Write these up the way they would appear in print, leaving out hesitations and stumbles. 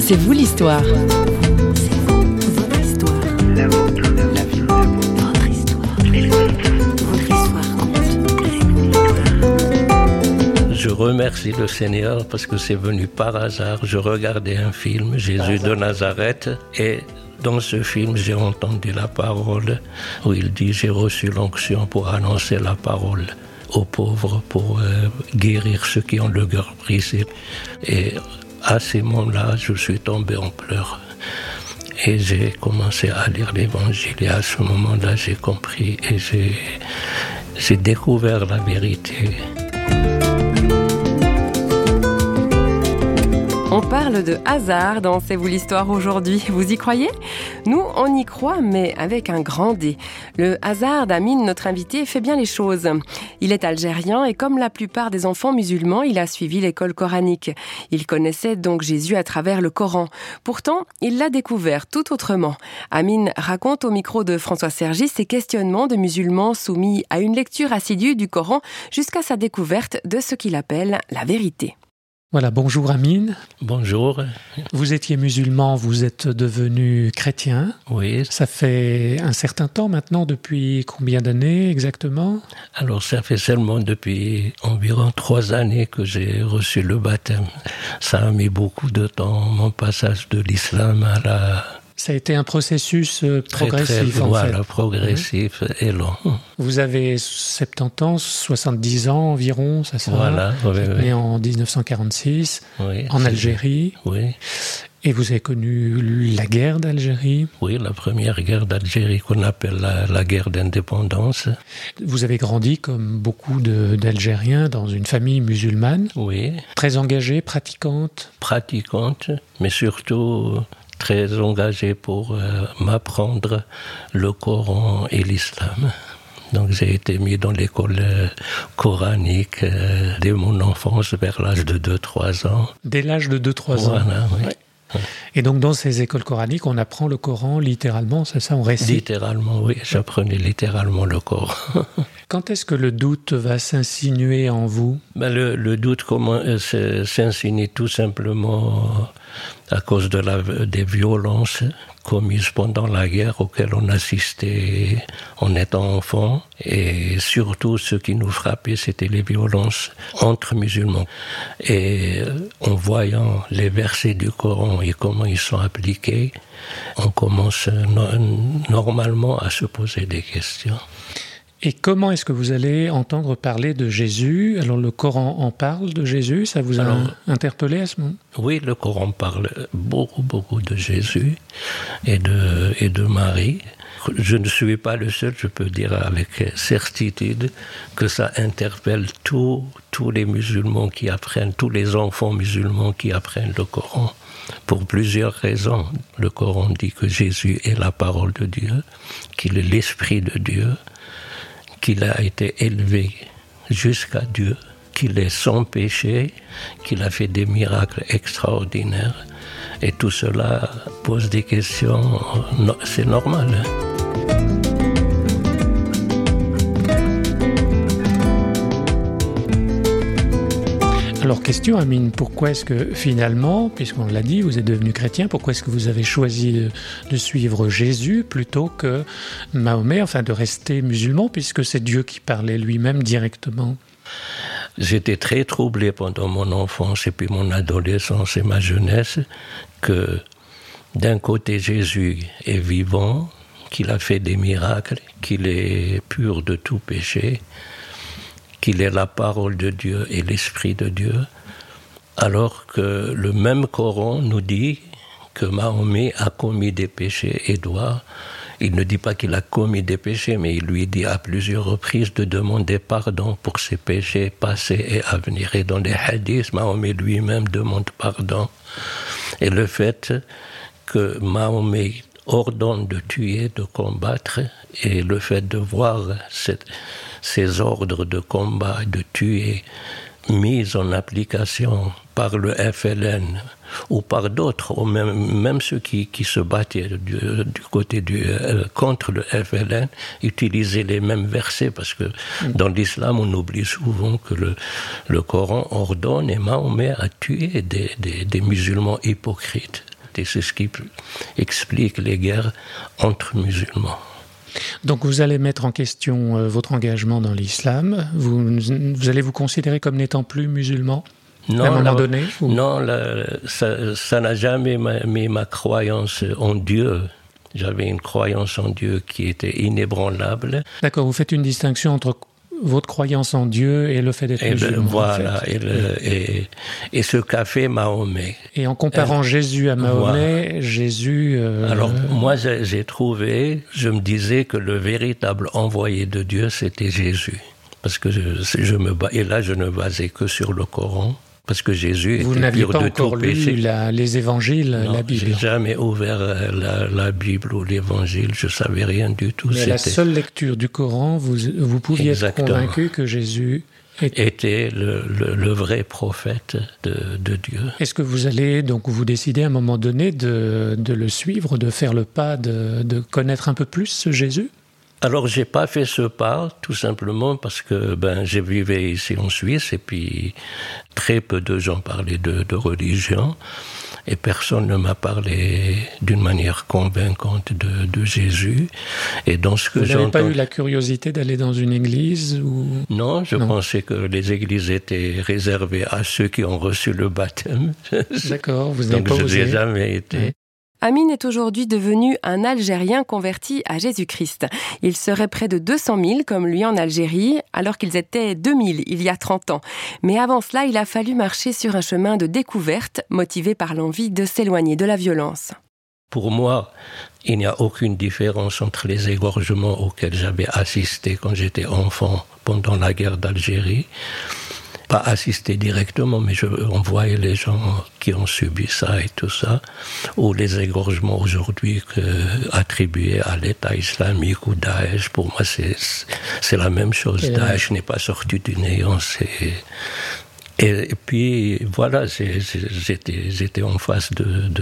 C'est vous l'histoire. C'est vous, votre histoire. La vôtre, la vie, votre histoire. Votre histoire compte. Je remercie le Seigneur parce que c'est venu par hasard. Je regardais un film, Jésus de Nazareth, et dans ce film, j'ai entendu la parole où il dit « J'ai reçu l'onction pour annoncer la parole aux pauvres, pour guérir ceux qui ont le cœur brisé. » Et à ces moments-là, je suis tombé en pleurs. Et j'ai commencé à lire l'Évangile. Et à ce moment-là, j'ai compris et j'ai découvert la vérité. On parle de hasard dans C'est vous l'histoire aujourd'hui. Vous y croyez ? Nous, on y croit, mais avec un grand D. Le hasard d'Amine, notre invité, fait bien les choses. Il est algérien et comme la plupart des enfants musulmans, il a suivi l'école coranique. Il connaissait donc Jésus à travers le Coran. Pourtant, il l'a découvert tout autrement. Amine raconte au micro de François Sergi ses questionnements de musulmans soumis à une lecture assidue du Coran jusqu'à sa découverte de ce qu'il appelle la vérité. Voilà, bonjour Amine. Bonjour. Vous étiez musulman, vous êtes devenu chrétien. Oui. Ça fait un certain temps maintenant, depuis combien d'années exactement ? Alors ça fait seulement depuis environ 3 années que j'ai reçu le baptême. Ça a mis beaucoup de temps, mon passage de l'islam à la... Ça a été un processus progressif, en voilà, fait. Progressif et long. Vous avez 70 ans, 70 ans environ, ça sera. Voilà, Vous êtes né en 1946, en Algérie. Oui. Et vous avez connu la guerre d'Algérie. Oui, la première guerre d'Algérie qu'on appelle la guerre d'indépendance. Vous avez grandi, comme beaucoup d'Algériens, dans une famille musulmane. Oui. Très engagée, pratiquante. Pratiquante, mais surtout... très engagé pour m'apprendre le Coran et l'islam. Donc j'ai été mis dans l'école coranique dès mon enfance, vers l'âge de 2-3 ans. Dès l'âge de 2-3 ans. Voilà, oui. Ouais. Et donc dans ces écoles coraniques, on apprend le Coran littéralement, c'est ça, on récite ? Littéralement, oui, j'apprenais littéralement le Coran. Quand est-ce que le doute va s'insinuer en vous ? Le doute s'insinue tout simplement à cause des violences commises pendant la guerre auxquelles on assistait en étant enfant. Et surtout, ce qui nous frappait, c'était les violences entre musulmans. Et en voyant les versets du Coran et comment ils sont appliqués, on commence normalement à se poser des questions. Et comment est-ce que vous allez entendre parler de Jésus ? Alors le Coran en parle de Jésus, ça vous a interpellé à ce moment ? Oui, le Coran parle beaucoup de Jésus et de Marie. Je ne suis pas le seul, je peux dire avec certitude que ça interpelle tous les musulmans qui apprennent, tous les enfants musulmans qui apprennent le Coran. Pour plusieurs raisons. Le Coran dit que Jésus est la parole de Dieu, qu'il est l'Esprit de Dieu, qu'il a été élevé jusqu'à Dieu, qu'il est sans péché, qu'il a fait des miracles extraordinaires. Et tout cela pose des questions, c'est normal. Alors question Amine, pourquoi est-ce que finalement, puisqu'on l'a dit, vous êtes devenu chrétien, pourquoi est-ce que vous avez choisi de suivre Jésus plutôt que Mahomet, enfin de rester musulman, puisque c'est Dieu qui parlait lui-même directement ? J'étais très troublé pendant mon enfance et puis mon adolescence et ma jeunesse que d'un côté Jésus est vivant, qu'il a fait des miracles, qu'il est pur de tout péché, qu'il est la parole de Dieu et l'Esprit de Dieu, alors que le même Coran nous dit que Mahomet a commis des péchés et il ne dit pas qu'il a commis des péchés, mais il lui dit à plusieurs reprises de demander pardon pour ses péchés passés et à venir. Et dans les hadiths, Mahomet lui-même demande pardon. Et le fait que Mahomet ordonne de tuer, de combattre, et le fait de voir ces ordres de combat, de tuer, mis en application par le FLN ou par d'autres, ou même ceux qui se battaient du côté contre le FLN, utilisaient les mêmes versets, parce que dans l'islam, on oublie souvent que le Coran ordonne et Mahomet a tué des musulmans hypocrites. et c'est ce qui explique les guerres entre musulmans. Donc vous allez mettre en question votre engagement dans l'islam. Vous allez vous considérer comme n'étant plus musulman Non, à un moment donné ou... Non, ça n'a jamais mis ma croyance en Dieu. J'avais une croyance en Dieu qui était inébranlable. D'accord, vous faites une distinction entre votre croyance en Dieu et le fait d'être musulman. Voilà, en fait. et ce qu'a fait Mahomet. Et en comparant Jésus à Mahomet, voilà. Jésus... Alors, moi, j'ai trouvé, je me disais que le véritable envoyé de Dieu, c'était Jésus. Parce que et là, je ne basais que sur le Coran. Parce que Jésus vous était pur de tout péché. Vous n'aviez pas encore lu les évangiles, non, la Bible? Je n'ai jamais ouvert la Bible ou l'évangile, je ne savais rien du tout. Mais la seule lecture du Coran, vous pouviez être convaincu que Jésus était le vrai prophète de Dieu. Est-ce que vous allez, donc vous décidez à un moment donné de le suivre, de faire le pas, de connaître un peu plus ce Jésus? Alors, j'ai pas fait ce pas, tout simplement parce que je vivais ici en Suisse et puis très peu de gens parlaient de religion et personne ne m'a parlé d'une manière convaincante de Jésus. Et dans ce que vous n'avez pas eu la curiosité d'aller dans une église ou... Non, je pensais que les églises étaient réservées à ceux qui ont reçu le baptême. D'accord, vous n'avez pas osé. Donc je n'ai jamais été. Amin est aujourd'hui devenu un Algérien converti à Jésus-Christ. Il serait près de 200 000 comme lui en Algérie, alors qu'ils étaient 2000 il y a 30 ans. Mais avant cela, il a fallu marcher sur un chemin de découverte, motivé par l'envie de s'éloigner de la violence. Pour moi, il n'y a aucune différence entre les égorgements auxquels j'avais assisté quand j'étais enfant pendant la guerre d'Algérie. Pas assisté directement, mais on voyait les gens qui ont subi ça et tout ça, ou les égorgements aujourd'hui attribués à l'État islamique ou Daesh. Pour moi, c'est la même chose. Daesh n'est pas sorti du néant. Et puis voilà, j'étais en face de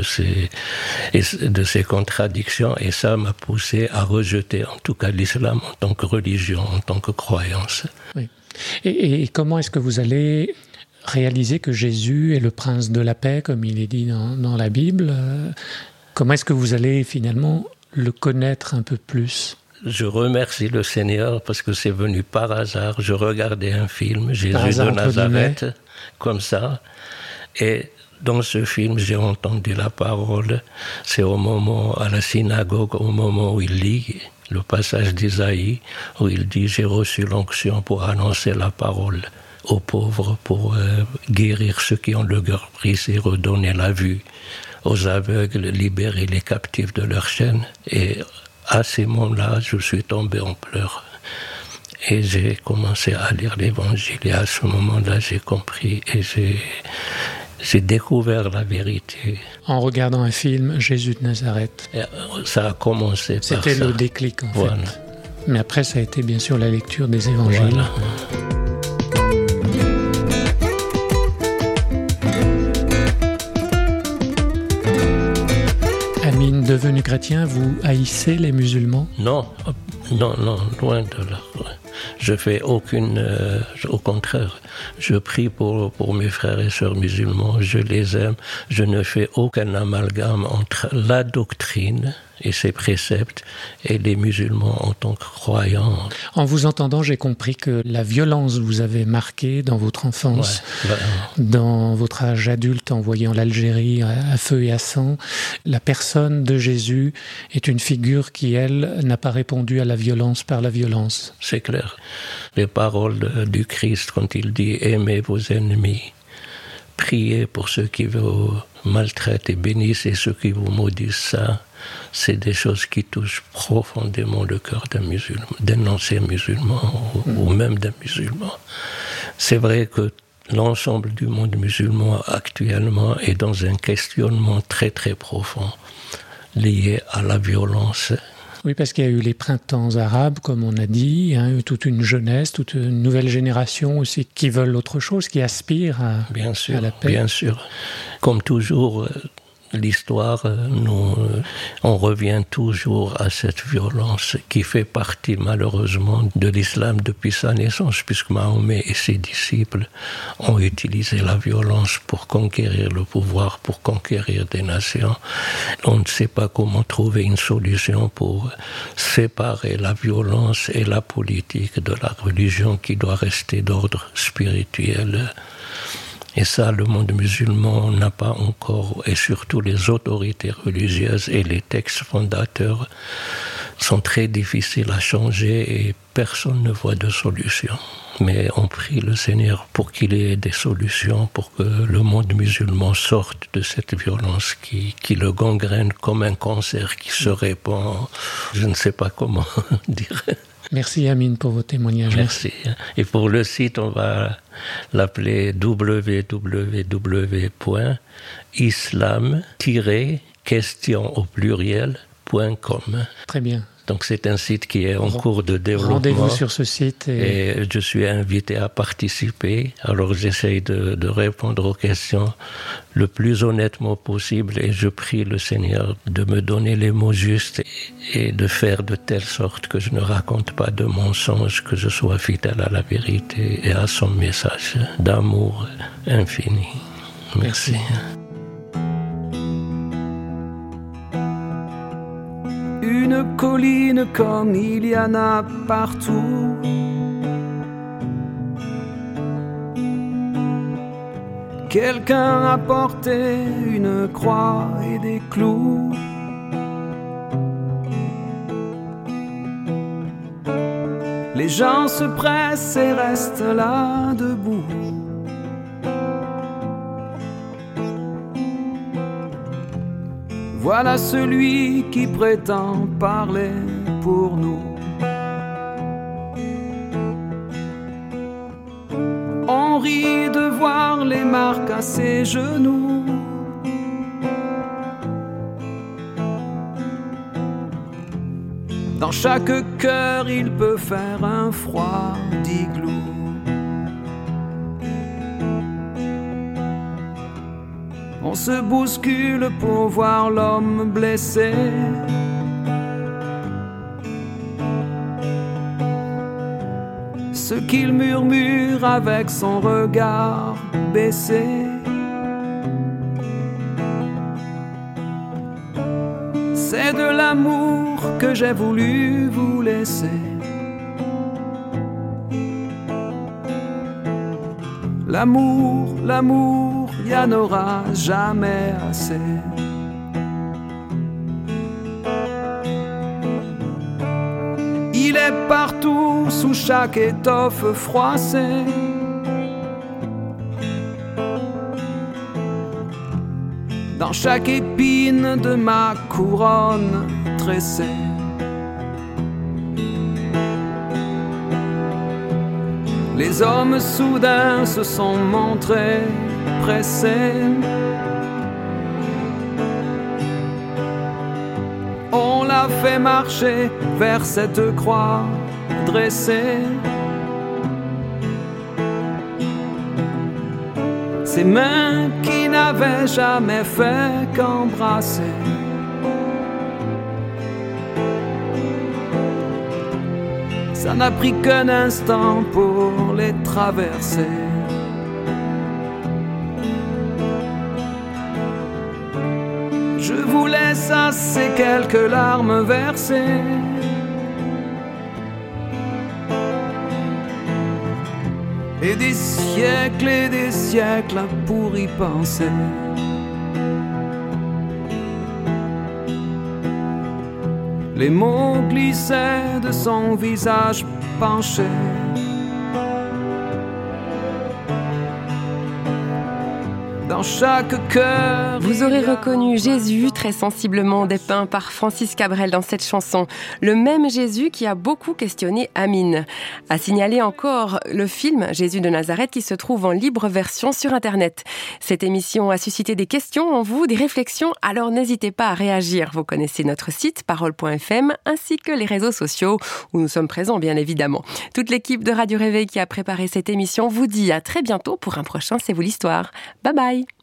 ces contradictions et ça m'a poussé à rejeter en tout cas l'islam en tant que religion, en tant que croyance. Oui. Et comment est-ce que vous allez réaliser que Jésus est le prince de la paix, comme il est dit dans la Bible? Comment est-ce que vous allez finalement le connaître un peu plus? Je remercie le Seigneur parce que c'est venu par hasard. Je regardais un film, Jésus de Nazareth, comme ça, et dans ce film, j'ai entendu la parole. C'est à la synagogue, au moment où il lit le passage d'Isaïe, où il dit « J'ai reçu l'onction pour annoncer la parole aux pauvres, pour guérir ceux qui ont le cœur brisé, redonner la vue aux aveugles, libérer les captifs de leurs chaînes. » Et à ces moments-là, je suis tombé en pleurs. Et j'ai commencé à lire l'Évangile. Et à ce moment-là, j'ai compris et j'ai découvert la vérité. En regardant un film, Jésus de Nazareth. Et ça a commencé par ça. C'était le déclic, en fait. Mais après, ça a été bien sûr la lecture des évangiles. Voilà. Amine, devenu chrétien, vous haïssez les musulmans? Non, loin de là. Je fais au contraire, je prie pour mes frères et sœurs musulmans, je les aime, je ne fais aucun amalgame entre la doctrine et ses préceptes et les musulmans en tant que croyants. En vous entendant, j'ai compris que la violence vous avait marqué dans votre enfance, dans votre âge adulte en voyant l'Algérie à feu et à sang. La personne de Jésus est une figure qui, elle, n'a pas répondu à la violence par la violence. C'est clair. Les paroles du Christ quand il dit « Aimez vos ennemis ». Priez pour ceux qui vous maltraitent et bénissez ceux qui vous maudissent. Ça, c'est des choses qui touchent profondément le cœur d'un ancien musulman ou même d'un musulman. C'est vrai que l'ensemble du monde musulman actuellement est dans un questionnement très très profond lié à la violence. Oui, parce qu'il y a eu les printemps arabes, comme on a dit, toute une jeunesse, toute une nouvelle génération aussi qui veulent autre chose, qui aspirent à la paix. Bien sûr. Comme toujours, l'histoire, on revient toujours à cette violence qui fait partie malheureusement de l'islam depuis sa naissance, puisque Mahomet et ses disciples ont utilisé la violence pour conquérir le pouvoir, pour conquérir des nations. On ne sait pas comment trouver une solution pour séparer la violence et la politique de la religion qui doit rester d'ordre spirituel. Et ça, le monde musulman n'a pas encore, et surtout les autorités religieuses et les textes fondateurs sont très difficiles à changer et personne ne voit de solution. Mais on prie le Seigneur pour qu'il ait des solutions, pour que le monde musulman sorte de cette violence qui le gangrène comme un cancer qui se répand, je ne sais pas comment dire. Merci Amine pour vos témoignages. Merci. Et pour le site, on va l'appeler www.islam-question au pluriel.com. Très bien. Donc c'est un site qui est en cours de développement. Rendez-vous sur ce site. Et je suis invité à participer. Alors j'essaye de répondre aux questions le plus honnêtement possible et je prie le Seigneur de me donner les mots justes et de faire de telle sorte que je ne raconte pas de mensonges, que je sois fidèle à la vérité et à son message d'amour infini. Merci. Une colline comme il y en a partout. Quelqu'un a porté une croix et des clous. Les gens se pressent et restent là debout. Voilà celui qui prétend parler pour nous. On rit de voir les marques à ses genoux. Dans chaque cœur, il peut faire un froid d'igloo. On se bouscule pour voir l'homme blessé. Ce qu'il murmure avec son regard baissé. C'est de l'amour que j'ai voulu vous laisser. L'amour, l'amour, il n'y en aura jamais assez. Il est partout, sous chaque étoffe froissée. Dans chaque épine de ma couronne tressée. Les hommes soudain se sont montrés pressés. On l'a fait marcher vers cette croix dressée. Ses mains qui n'avaient jamais fait qu'embrasser. Ça n'a pris qu'un instant pour les traverser. Je vous laisse à ces quelques larmes versées. Et des siècles pour y penser. Les mots glissaient de son visage penché. Dans chaque cœur. Vous aurez reconnu Jésus, très sensiblement dépeint par Francis Cabrel dans cette chanson. Le même Jésus qui a beaucoup questionné Amine. À signaler encore le film Jésus de Nazareth qui se trouve en libre version sur Internet. Cette émission a suscité des questions en vous, des réflexions, alors n'hésitez pas à réagir. Vous connaissez notre site parole.fm ainsi que les réseaux sociaux où nous sommes présents bien évidemment. Toute l'équipe de Radio Réveil qui a préparé cette émission vous dit à très bientôt pour un prochain C'est vous l'histoire. Bye bye.